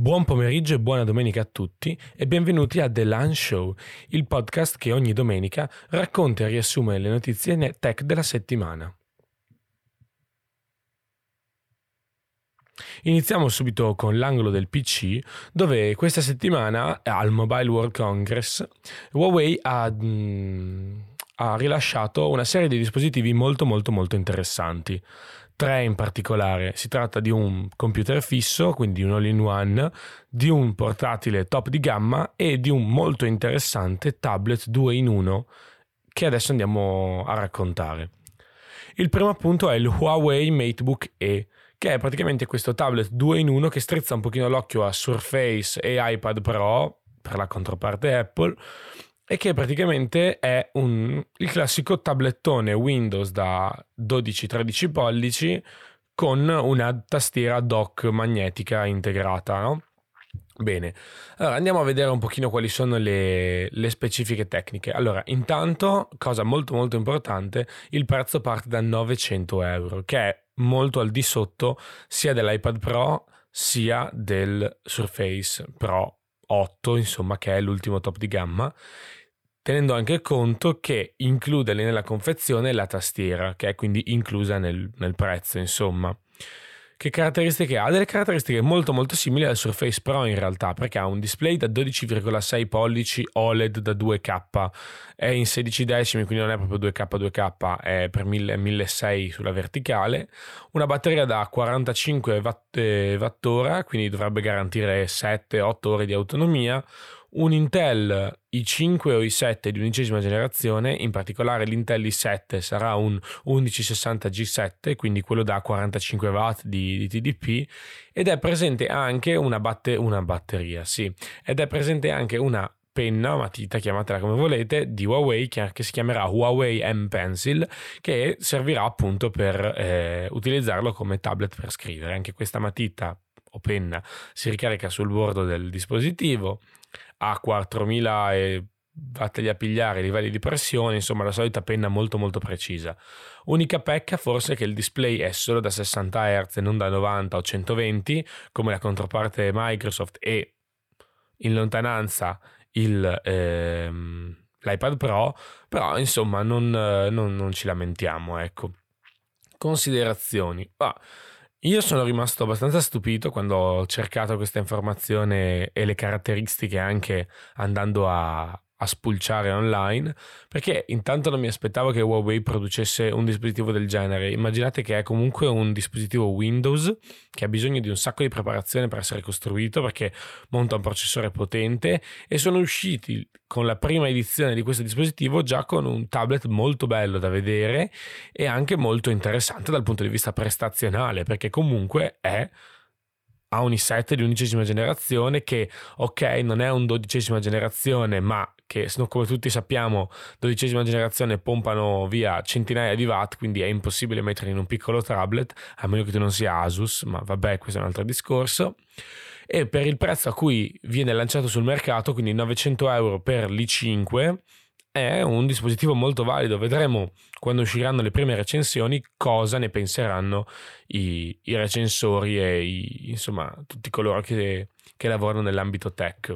Buon pomeriggio e buona domenica a tutti e benvenuti a The Lunch Show, il podcast che ogni domenica racconta e riassume le notizie tech della settimana. Iniziamo subito con l'angolo del PC, dove questa settimana al Mobile World Congress Huawei ha rilasciato una serie di dispositivi molto interessanti. 3 in particolare. Si tratta di un computer fisso, quindi un all-in-one, di un portatile top di gamma e di un molto interessante tablet 2 in 1 che adesso andiamo a raccontare. Il primo appunto è il Huawei MateBook E, che è praticamente questo tablet 2 in 1 che strizza un pochino l'occhio a Surface e iPad Pro per la controparte Apple, e che praticamente è il classico tablettone Windows da 12-13 pollici con una tastiera dock magnetica integrata, no? Bene, allora andiamo a vedere un pochino quali sono le specifiche tecniche. Allora, intanto, cosa molto importante, il prezzo parte da 900 euro, che è molto al di sotto sia dell'iPad Pro sia del Surface Pro 8, insomma, che è l'ultimo top di gamma, tenendo anche conto che include nella confezione la tastiera, che è quindi inclusa nel prezzo, insomma. Che caratteristiche ha? Delle caratteristiche molto simili al Surface Pro in realtà, perché ha un display da 12,6 pollici OLED da 2K, è in 16 decimi, quindi non è proprio 2K, è per 1600 sulla verticale, una batteria da 45 Wh, quindi dovrebbe garantire 7-8 ore di autonomia, un Intel i5 o i7 di 11ª generazione, in particolare l'Intel i7 sarà un 1160G7, quindi quello da 45 watt di TDP, ed è presente anche una batteria, sì, ed è presente anche una penna, matita, chiamatela come volete, di Huawei che si chiamerà Huawei M Pencil, che servirà appunto per utilizzarlo come tablet per scrivere. Anche questa matita o penna si ricarica sul bordo del dispositivo, ha 4000 e vatteli a pigliare livelli di pressione, insomma la solita penna molto precisa. Unica pecca forse che il display è solo da 60 Hz e non da 90 o 120 come la controparte Microsoft, e in lontananza l'iPad Pro, però insomma non ci lamentiamo, ecco. Considerazioni. Io sono rimasto abbastanza stupito quando ho cercato questa informazione e le caratteristiche, anche andando a spulciare online, perché intanto non mi aspettavo che Huawei producesse un dispositivo del genere. Immaginate che è comunque un dispositivo Windows che ha bisogno di un sacco di preparazione per essere costruito, perché monta un processore potente, e sono usciti con la prima edizione di questo dispositivo già con un tablet molto bello da vedere e anche molto interessante dal punto di vista prestazionale, perché comunque ha un i7 di 11ª generazione che, ok, non è un 12ª generazione, ma che, come tutti sappiamo, 12ª generazione pompano via centinaia di watt, quindi è impossibile metterli in un piccolo tablet, a meno che tu non sia Asus, ma vabbè, questo è un altro discorso. E per il prezzo a cui viene lanciato sul mercato, quindi 900 euro per l'i5, è un dispositivo molto valido. Vedremo quando usciranno le prime recensioni cosa ne penseranno i recensori e insomma tutti coloro che lavorano nell'ambito tech.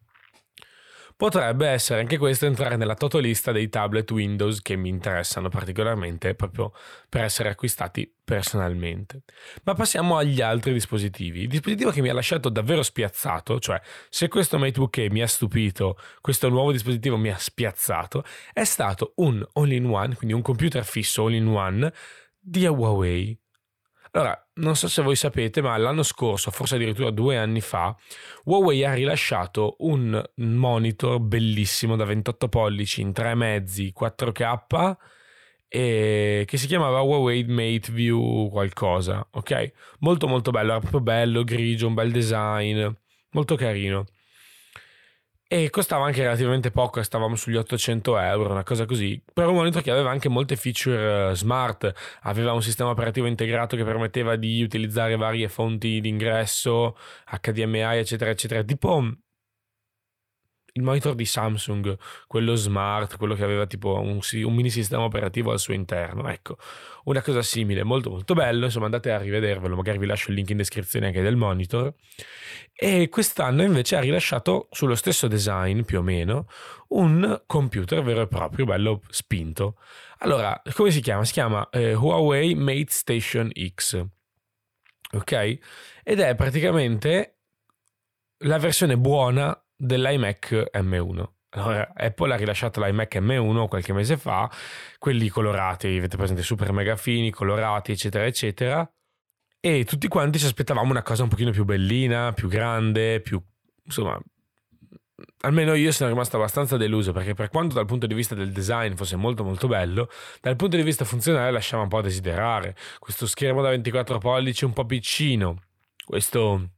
Potrebbe essere anche questo entrare nella totolista dei tablet Windows che mi interessano particolarmente, proprio per essere acquistati personalmente. Ma passiamo agli altri dispositivi. Il dispositivo che mi ha lasciato davvero spiazzato, cioè se questo MateBook Air mi ha stupito, questo nuovo dispositivo mi ha spiazzato, è stato un all-in-one, quindi un computer fisso all-in-one di Huawei. Allora, non so se voi sapete, ma l'anno scorso, forse addirittura 2 anni fa, Huawei ha rilasciato un monitor bellissimo da 28 pollici in 3,5 4K e che si chiamava Huawei MateView qualcosa, ok? Molto bello, era proprio bello, grigio, un bel design, molto carino. E costava anche relativamente poco, stavamo sugli 800 euro, una cosa così, per un monitor che aveva anche molte feature smart, aveva un sistema operativo integrato che permetteva di utilizzare varie fonti di ingresso, HDMI eccetera, tipo il monitor di Samsung, quello smart, quello che aveva tipo un mini sistema operativo al suo interno, ecco, una cosa simile, molto molto bello, insomma andate a rivedervelo, magari vi lascio il link in descrizione anche del monitor. E quest'anno invece ha rilasciato sullo stesso design più o meno un computer vero e proprio, bello spinto. Allora, come si chiama? Si chiama Huawei Mate Station X, ok? Ed è praticamente la versione buona dell'iMac M1. Allora, Apple ha rilasciato l'iMac M1 qualche mese fa, quelli colorati, avete presente, super mega fini, colorati, eccetera, eccetera. E tutti quanti ci aspettavamo una cosa un pochino più bellina, più grande, più, insomma, almeno io sono rimasto abbastanza deluso, perché per quanto dal punto di vista del design fosse molto molto bello, dal punto di vista funzionale lasciava un po' a desiderare. Questo schermo da 24 pollici un po' piccino, questo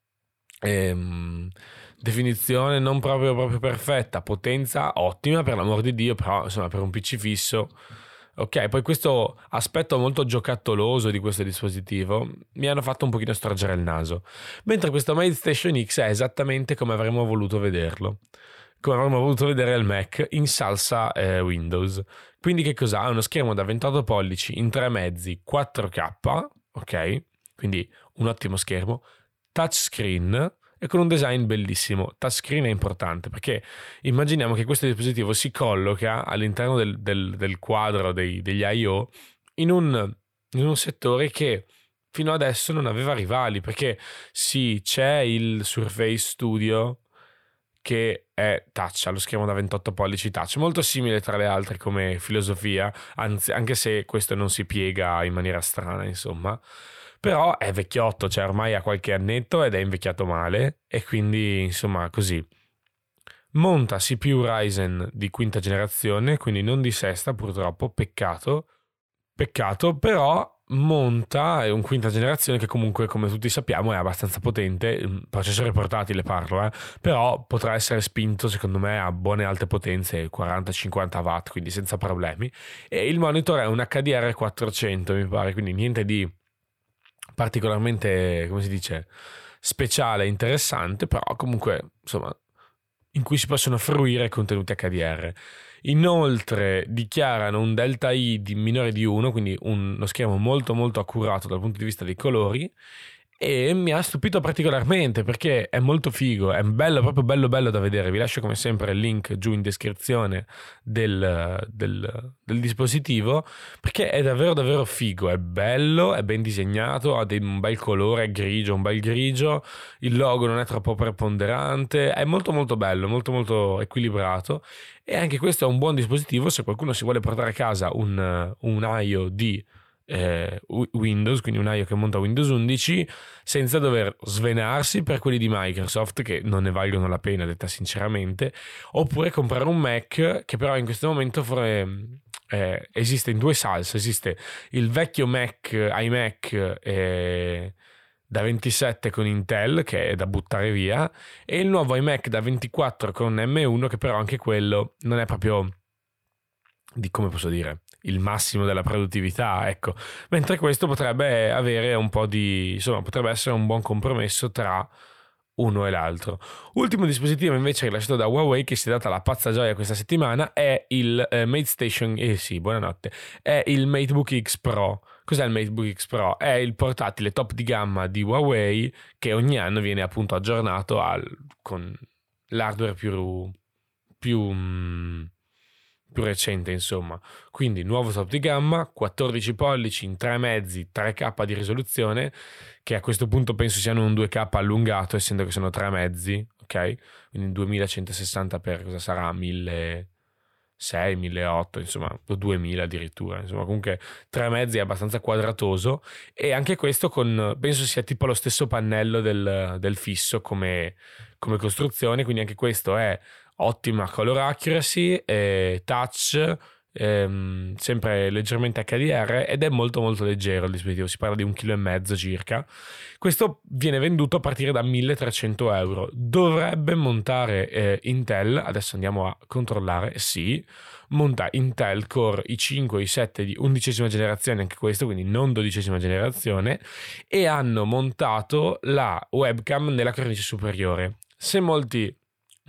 definizione non proprio perfetta, potenza ottima per l'amor di Dio, però insomma per un PC fisso. Ok, poi questo aspetto molto giocattoloso di questo dispositivo mi hanno fatto un pochino storgere il naso, mentre questo Mate Station X è esattamente come avremmo voluto vederlo, come avremmo voluto vedere il Mac in salsa Windows. Quindi che cos'ha? Uno schermo da 28 pollici in 3 mezzi 4K, ok? Quindi un ottimo schermo, touchscreen e con un design bellissimo. Touchscreen è importante perché immaginiamo che questo dispositivo si colloca all'interno del quadro degli I/O in un settore che fino adesso non aveva rivali, perché sì, c'è il Surface Studio che è touch, allo schermo da 28 pollici touch, molto simile tra le altre come filosofia, anzi, anche se questo non si piega in maniera strana, insomma. Però è vecchiotto, cioè ormai ha qualche annetto ed è invecchiato male, e quindi insomma così. Monta CPU Ryzen di quinta generazione, quindi non di sesta purtroppo, peccato, però monta, è un quinta generazione che comunque, come tutti sappiamo, è abbastanza potente, il processore portatile parlo, però potrà essere spinto secondo me a buone alte potenze, 40-50 watt, quindi senza problemi. E il monitor è un HDR 400 mi pare, quindi niente di particolarmente, come si dice, speciale, interessante, però comunque insomma in cui si possono fruire contenuti HDR. Inoltre dichiarano un delta I di minore di 1, quindi uno schermo molto molto accurato dal punto di vista dei colori, e mi ha stupito particolarmente perché è molto figo, è bello, proprio bello bello da vedere. Vi lascio come sempre il link giù in descrizione del dispositivo, perché è davvero davvero figo, è bello, è ben disegnato, ha un bel colore, è grigio, un bel grigio, il logo non è troppo preponderante, è molto molto bello, molto molto equilibrato, e anche questo è un buon dispositivo se qualcuno si vuole portare a casa un I/O di Windows, quindi un I/O che monta Windows 11 senza dover svenarsi per quelli di Microsoft, che non ne valgono la pena, detta sinceramente, oppure comprare un Mac che però in questo momento esiste in due salse. Esiste il vecchio Mac, iMac da 27 con Intel, che è da buttare via, e il nuovo iMac da 24 con M1, che però anche quello non è proprio, di come posso dire, il massimo della produttività, ecco. Mentre questo potrebbe avere un po' di, insomma, potrebbe essere un buon compromesso tra uno e l'altro. Ultimo dispositivo invece rilasciato da Huawei, che si è data la pazza gioia questa settimana, è il Mate Station, sì, buonanotte, è il MateBook X Pro. Cos'è il MateBook X Pro? È il portatile top di gamma di Huawei che ogni anno viene appunto aggiornato con l'hardware più recente, insomma. Quindi nuovo top di gamma, 14 pollici in 3 mezzi, 3K di risoluzione, che a questo punto penso siano un 2K allungato, essendo che sono 3 mezzi, ok? Quindi 2160 per cosa sarà? 1600, 1800, insomma, o 2000 addirittura, insomma, comunque 3 mezzi è abbastanza quadratoso, e anche questo penso sia tipo lo stesso pannello del fisso come costruzione, quindi anche questo è ottima color accuracy, touch, sempre leggermente HDR, ed è molto molto leggero il dispositivo, si parla di 1,5 kg circa. Questo viene venduto a partire da 1.300 euro. Dovrebbe montare Intel, adesso andiamo a controllare, sì, monta Intel Core i5 e i7 di 11ª generazione, anche questo, quindi non 12ª generazione, e hanno montato la webcam nella cornice superiore. Se molti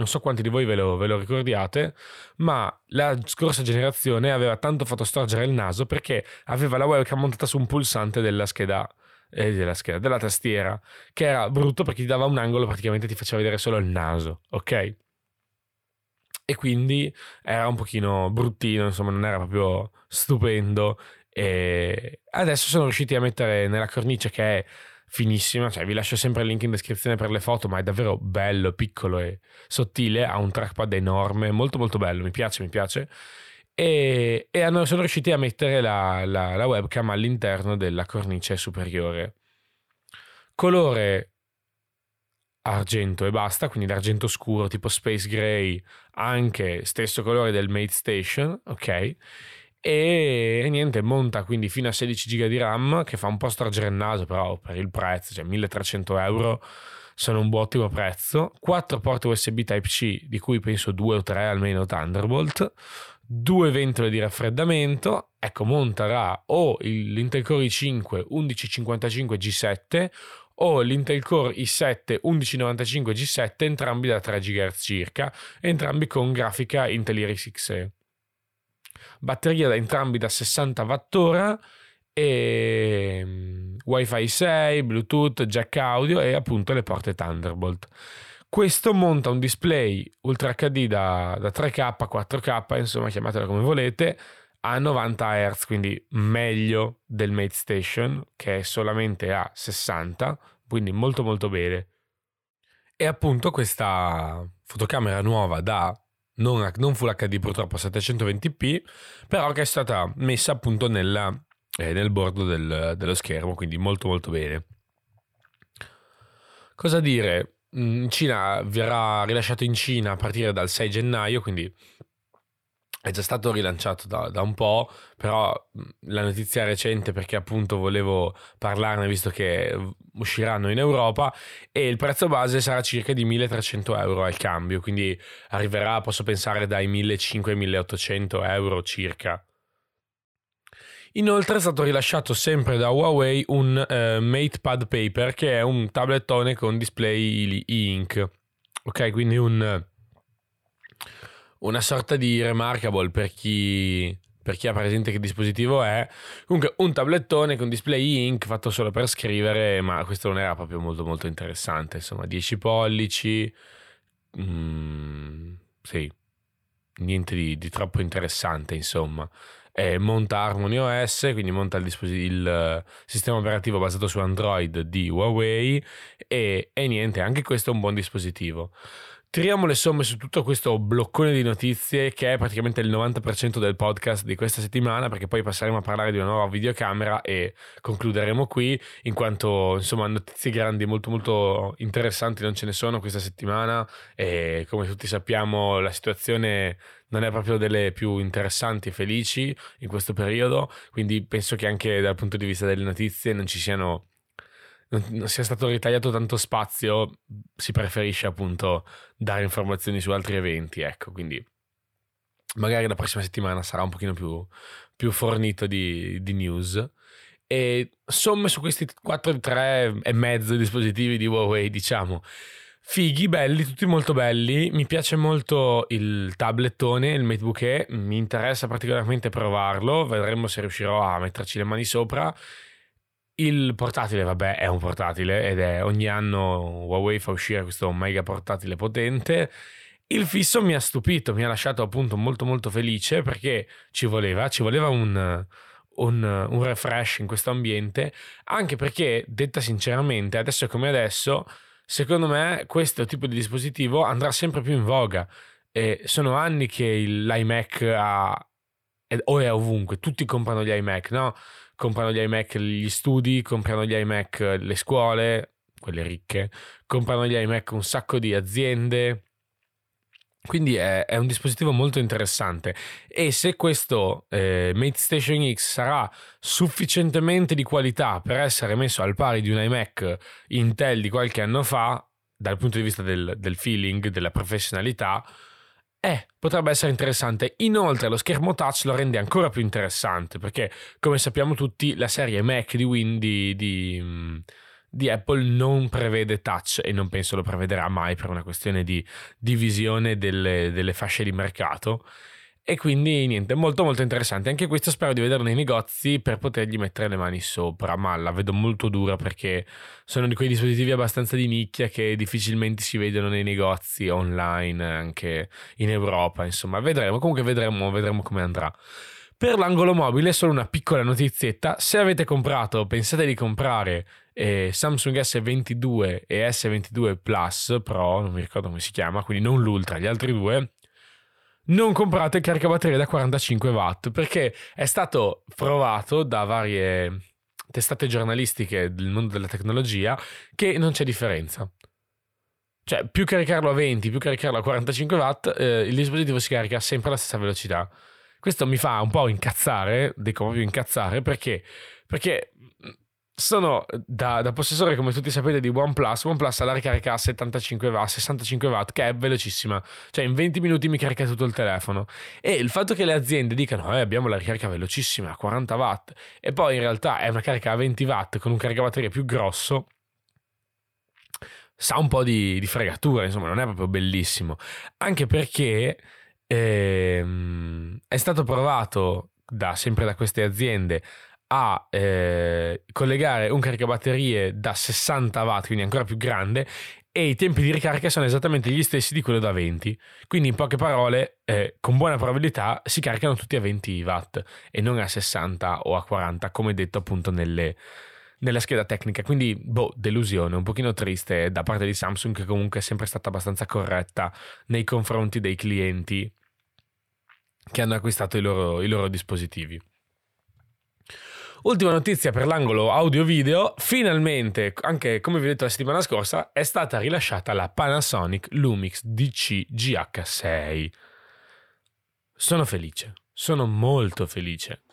non so quanti di voi ve lo ricordiate, ma la scorsa generazione aveva tanto fatto storgere il naso perché aveva la webcam montata su un pulsante della tastiera, che era brutto perché ti dava un angolo, praticamente ti faceva vedere solo il naso, ok? E quindi era un pochino bruttino, insomma non era proprio stupendo. E adesso sono riusciti a mettere nella cornice, che è finissima, cioè vi lascio sempre il link in descrizione per le foto, ma è davvero bello, piccolo e sottile, ha un trackpad enorme, molto molto bello, mi piace. E sono riusciti a mettere la webcam all'interno della cornice superiore. Colore argento e basta, quindi l'argento scuro tipo Space Gray, anche stesso colore del Mate Station, ok? E niente, monta quindi fino a 16 giga di RAM, che fa un po' storgere il naso, però per il prezzo, cioè 1.300 euro, sono un buon ottimo prezzo. 4 porte USB Type-C, di cui penso 2 o 3 almeno Thunderbolt, 2 ventole di raffreddamento. Ecco, monterà o l'Intel Core i5 1155 G7 o l'Intel Core i7 1195 G7, entrambi da 3 GHz circa, entrambi con grafica Intel Iris Xe. Batteria da entrambi da 60 Wh e Wi-Fi 6, Bluetooth, jack audio e appunto le porte Thunderbolt. Questo monta un display Ultra HD da 3K, 4K, insomma chiamatelo come volete, a 90 Hz, quindi meglio del Mate Station che è solamente a 60, quindi molto molto bene. E appunto questa fotocamera nuova da non Full HD purtroppo, 720p, però che è stata messa appunto nel bordo dello schermo, quindi molto molto bene. Cosa dire? In Cina verrà rilasciato in Cina a partire dal 6 gennaio, quindi è già stato rilanciato da un po', però la notizia è recente perché appunto volevo parlarne visto che usciranno in Europa, e il prezzo base sarà circa di 1.300 euro al cambio, quindi arriverà, posso pensare, dai 1.500-1.800 euro circa. Inoltre è stato rilasciato sempre da Huawei un MatePad Paper, che è un tablettone con display e-ink, ok, quindi una sorta di Remarkable per chi ha presente che dispositivo è. Comunque un tablettone con display e-ink fatto solo per scrivere, ma questo non era proprio molto molto interessante, insomma 10 pollici, sì, niente di troppo interessante, insomma. Monta Harmony OS, quindi monta il sistema operativo basato su Android di Huawei e niente, anche questo è un buon dispositivo. Tiriamo le somme su tutto questo bloccone di notizie che è praticamente il 90% del podcast di questa settimana, perché poi passeremo a parlare di una nuova videocamera e concluderemo qui, in quanto insomma notizie grandi molto molto interessanti non ce ne sono questa settimana e come tutti sappiamo la situazione non è proprio delle più interessanti e felici in questo periodo, quindi penso che anche dal punto di vista delle notizie non sia stato ritagliato tanto spazio, si preferisce appunto dare informazioni su altri eventi, ecco, quindi magari la prossima settimana sarà un pochino più fornito di news. E somme su questi 3 e mezzo dispositivi di Huawei, diciamo, fighi, belli, tutti molto belli. Mi piace molto il tablettone, il MateBook Air, mi interessa particolarmente provarlo, vedremo se riuscirò a metterci le mani sopra. Il portatile, vabbè, è un portatile ed è ogni anno Huawei fa uscire questo mega portatile potente. Il fisso mi ha stupito, mi ha lasciato appunto molto molto felice perché ci voleva un refresh in questo ambiente, anche perché, detta sinceramente, adesso come adesso, secondo me questo tipo di dispositivo andrà sempre più in voga. Sono anni che l'iMac o è ovunque, tutti comprano gli iMac, no? Comprano gli iMac gli studi, comprano gli iMac le scuole, quelle ricche, comprano gli iMac un sacco di aziende, quindi è un dispositivo molto interessante. E se questo Mate Station X sarà sufficientemente di qualità per essere messo al pari di un iMac Intel di qualche anno fa, dal punto di vista del feeling, della professionalità, potrebbe essere interessante. Inoltre lo schermo touch lo rende ancora più interessante perché, come sappiamo tutti, la serie Mac di di Apple non prevede touch e non penso lo prevederà mai per una questione di divisione delle fasce di mercato. E quindi niente, molto molto interessante. Anche questo spero di vederlo nei negozi per potergli mettere le mani sopra, ma la vedo molto dura perché sono di quei dispositivi abbastanza di nicchia che difficilmente si vedono nei negozi online anche in Europa. Insomma, vedremo, comunque vedremo come andrà. Per l'angolo mobile solo una piccola notizietta: se avete comprato, pensate di comprare Samsung S22 e S22 Plus Pro, non mi ricordo come si chiama, quindi non l'Ultra, gli altri due, non comprate il caricabatterie da 45 watt perché è stato provato da varie testate giornalistiche del mondo della tecnologia che non c'è differenza. Cioè, più caricarlo a 20, più caricarlo a 45 watt, il dispositivo si carica sempre alla stessa velocità. Questo mi fa un po' incazzare, dico proprio incazzare, perché sono da possessore, come tutti sapete, di OnePlus ha la ricarica a 65 watt, 65 watt, che è velocissima. Cioè in 20 minuti mi carica tutto il telefono. E il fatto che le aziende dicano abbiamo la ricarica velocissima a 40 watt e poi in realtà è una carica a 20 watt con un caricabatteria più grosso, sa un po' di fregatura, insomma, non è proprio bellissimo. Anche perché è stato provato sempre da queste aziende a collegare un caricabatterie da 60 watt, quindi ancora più grande, e i tempi di ricarica sono esattamente gli stessi di quello da 20. Quindi in poche parole, con buona probabilità si caricano tutti a 20 watt e non a 60 o a 40, come detto appunto nella scheda tecnica. Quindi delusione, un pochino triste da parte di Samsung, che comunque è sempre stata abbastanza corretta nei confronti dei clienti che hanno acquistato i loro dispositivi. Ultima notizia per l'angolo audio-video: finalmente, anche come vi ho detto la settimana scorsa, è stata rilasciata la Panasonic Lumix DC GH6. Sono felice, sono molto felice,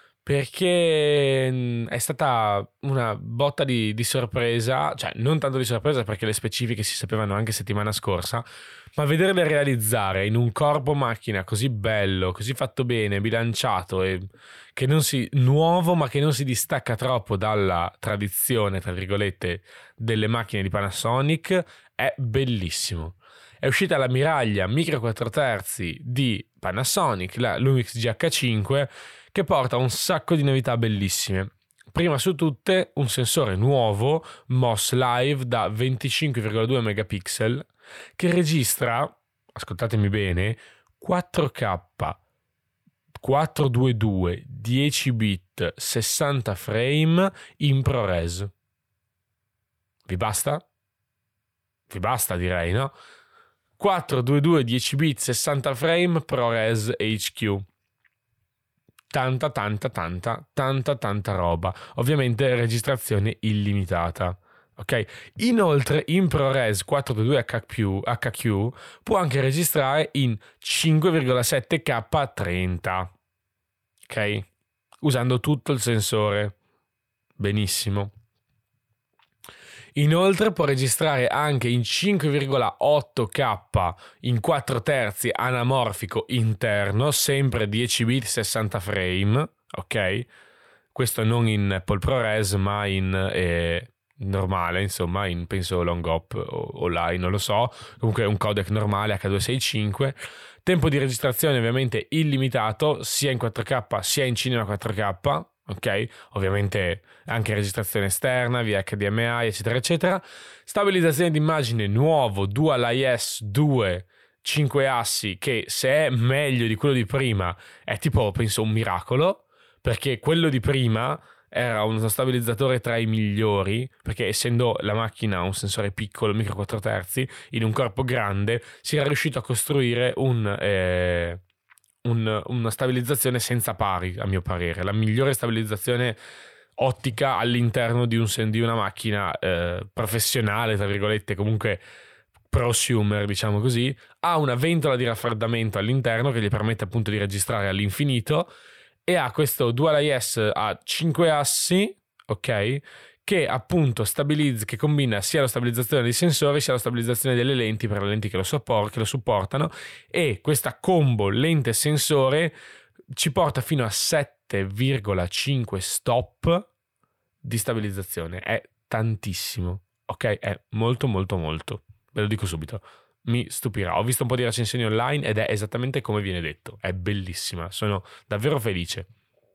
perché è stata una botta di sorpresa, cioè non tanto di sorpresa perché le specifiche si sapevano anche settimana scorsa, ma vederle realizzare in un corpo macchina così bello, così fatto bene, bilanciato e nuovo, ma che non si distacca troppo dalla tradizione, tra virgolette, delle macchine di Panasonic, è bellissimo. È uscita la miraglia micro 4 terzi di Panasonic, la Lumix GH5, che porta un sacco di novità bellissime. Prima su tutte un sensore nuovo MOS Live da 25,2 megapixel che registra, ascoltatemi bene, 4K 422 10 bit 60 frame in ProRes. Vi basta? Vi basta, direi, no? 422 10 bit 60 frame ProRes HQ. Tanta roba. Ovviamente registrazione illimitata. Ok? Inoltre in ProRes 422 HQ può anche registrare in 5,7K 30. Ok? Usando tutto il sensore. Benissimo. Inoltre può registrare anche in 5,8K in 4 terzi anamorfico interno, sempre 10 bit 60 frame, ok? Questo non in Apple ProRes ma in normale, insomma, in penso long hop o line, non lo so, comunque un codec normale H265. Tempo di registrazione ovviamente illimitato, sia in 4K sia in Cinema 4K. Ok, ovviamente anche registrazione esterna via HDMI eccetera eccetera. Stabilizzazione d'immagine nuovo Dual IS 2 5 assi, che se è meglio di quello di prima è tipo, penso, un miracolo, perché quello di prima era uno stabilizzatore tra i migliori, perché essendo la macchina un sensore piccolo, micro 4 terzi, in un corpo grande si era riuscito a costruire una stabilizzazione senza pari, a mio parere, la migliore stabilizzazione ottica all'interno di una macchina professionale, tra virgolette, comunque prosumer, diciamo così. Ha una ventola di raffreddamento all'interno che gli permette appunto di registrare all'infinito, e ha questo Dual IS a 5 assi, ok, che appunto che combina sia la stabilizzazione dei sensori sia la stabilizzazione delle lenti per le lenti che lo supportano, e questa combo lente sensore ci porta fino a 7,5 stop di stabilizzazione. È tantissimo, ok? È molto molto molto, ve lo dico subito, mi stupirà. Ho visto un po' di recensioni online ed è esattamente come viene detto, è bellissima, sono davvero felice.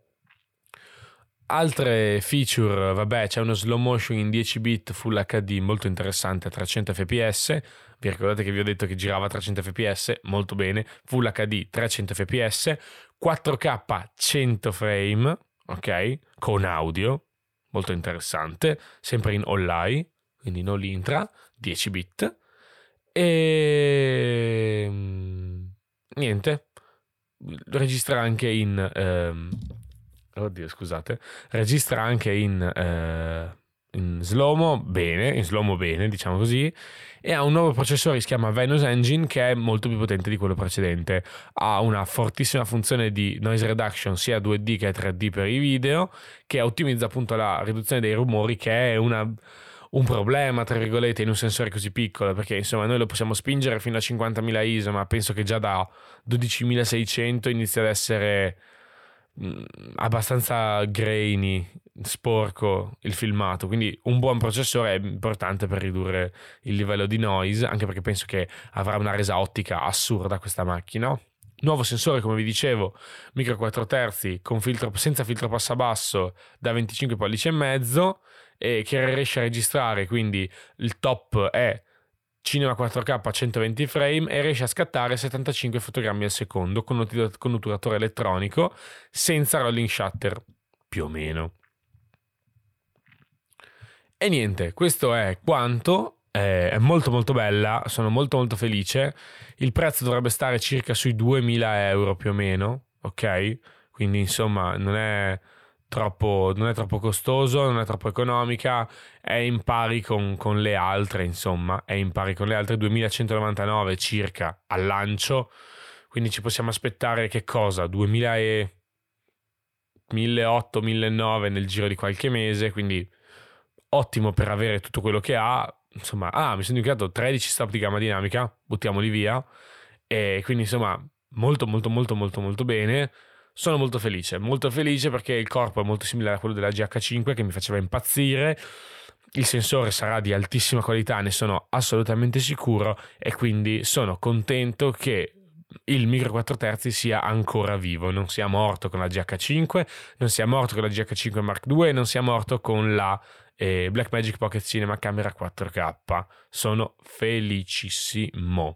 Altre feature, vabbè, c'è uno slow motion in 10 bit Full HD molto interessante a 300 fps. Vi ricordate che vi ho detto che girava a 300 fps? Molto bene. Full HD 300 fps, 4K 100 frame, ok? Con audio, molto interessante, sempre in all-eye, quindi no lintra, 10 bit. E niente, registra anche in oddio, scusate, registra anche in slow-mo bene, diciamo così, e ha un nuovo processore che si chiama Venus Engine, che è molto più potente di quello precedente. Ha una fortissima funzione di noise reduction sia 2D che 3D per i video, che ottimizza appunto la riduzione dei rumori, che è un problema, tra virgolette, in un sensore così piccolo, perché insomma noi lo possiamo spingere fino a 50.000 ISO, ma penso che già da 12.600 inizia ad essere abbastanza grainy, sporco il filmato, quindi un buon processore è importante per ridurre il livello di noise, anche perché penso che avrà una resa ottica assurda questa macchina. Nuovo sensore, come vi dicevo, micro 4 terzi con senza filtro passabasso da 25 pollici e mezzo, e che riesce a registrare, quindi il top è Cinema 4K a 120 frame e riesce a scattare 75 fotogrammi al secondo con otturatore elettronico senza rolling shutter, più o meno. E niente, questo è quanto. È molto molto bella, sono molto molto felice. Il prezzo dovrebbe stare circa sui 2.000 euro più o meno, ok? Quindi insomma non è troppo costoso, non è troppo economica, è in pari con le altre, insomma, è in pari con le altre, 2.199 circa al lancio, quindi ci possiamo aspettare che cosa? 1.800, 1.900 nel giro di qualche mese, quindi ottimo per avere tutto quello che ha. Insomma, mi sono dimenticato 13 stop di gamma dinamica, buttiamoli via, e quindi insomma molto molto molto molto molto bene. Sono molto felice perché il corpo è molto simile a quello della GH5 che mi faceva impazzire. Il sensore sarà di altissima qualità, ne sono assolutamente sicuro, e quindi sono contento che il micro 4 terzi sia ancora vivo, non sia morto con la GH5, non sia morto con la GH5 Mark II e non sia morto con la Blackmagic Pocket Cinema Camera 4K. Sono felicissimo.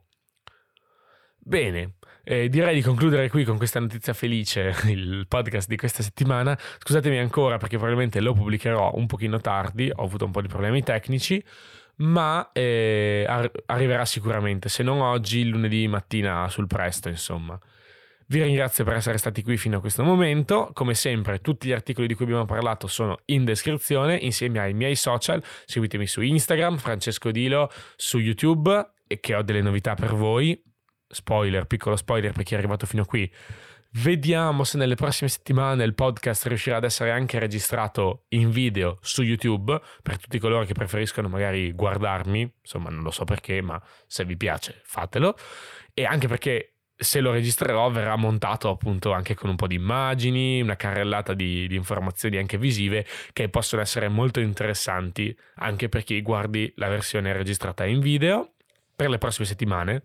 Bene, direi di concludere qui con questa notizia felice il podcast di questa settimana. Scusatemi ancora perché probabilmente lo pubblicherò un pochino tardi, ho avuto un po' di problemi tecnici, ma arriverà sicuramente, se non oggi, lunedì mattina sul presto, insomma. Vi ringrazio per essere stati qui fino a questo momento. Come sempre, tutti gli articoli di cui abbiamo parlato sono in descrizione insieme ai miei social. Seguitemi su Instagram, Francesco Dilo, su YouTube, e che ho delle novità per voi. Spoiler, piccolo spoiler per chi è arrivato fino a qui. Vediamo se nelle prossime settimane il podcast riuscirà ad essere anche registrato in video su YouTube, per tutti coloro che preferiscono magari guardarmi. Insomma, non lo so perché, ma se vi piace fatelo. E anche perché se lo registrerò verrà montato appunto anche con un po' di immagini, una carrellata di informazioni anche visive che possono essere molto interessanti anche per chi guardi la versione registrata in video per le prossime settimane.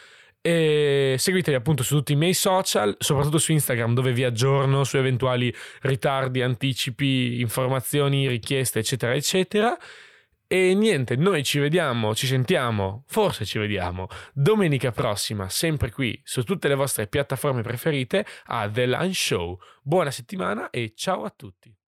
E seguitemi appunto su tutti i miei social, soprattutto su Instagram, dove vi aggiorno su eventuali ritardi, anticipi, informazioni, richieste, eccetera eccetera. E niente, noi ci sentiamo, forse ci vediamo domenica prossima, sempre qui su tutte le vostre piattaforme preferite a The Lunch Show. Buona settimana e ciao a tutti.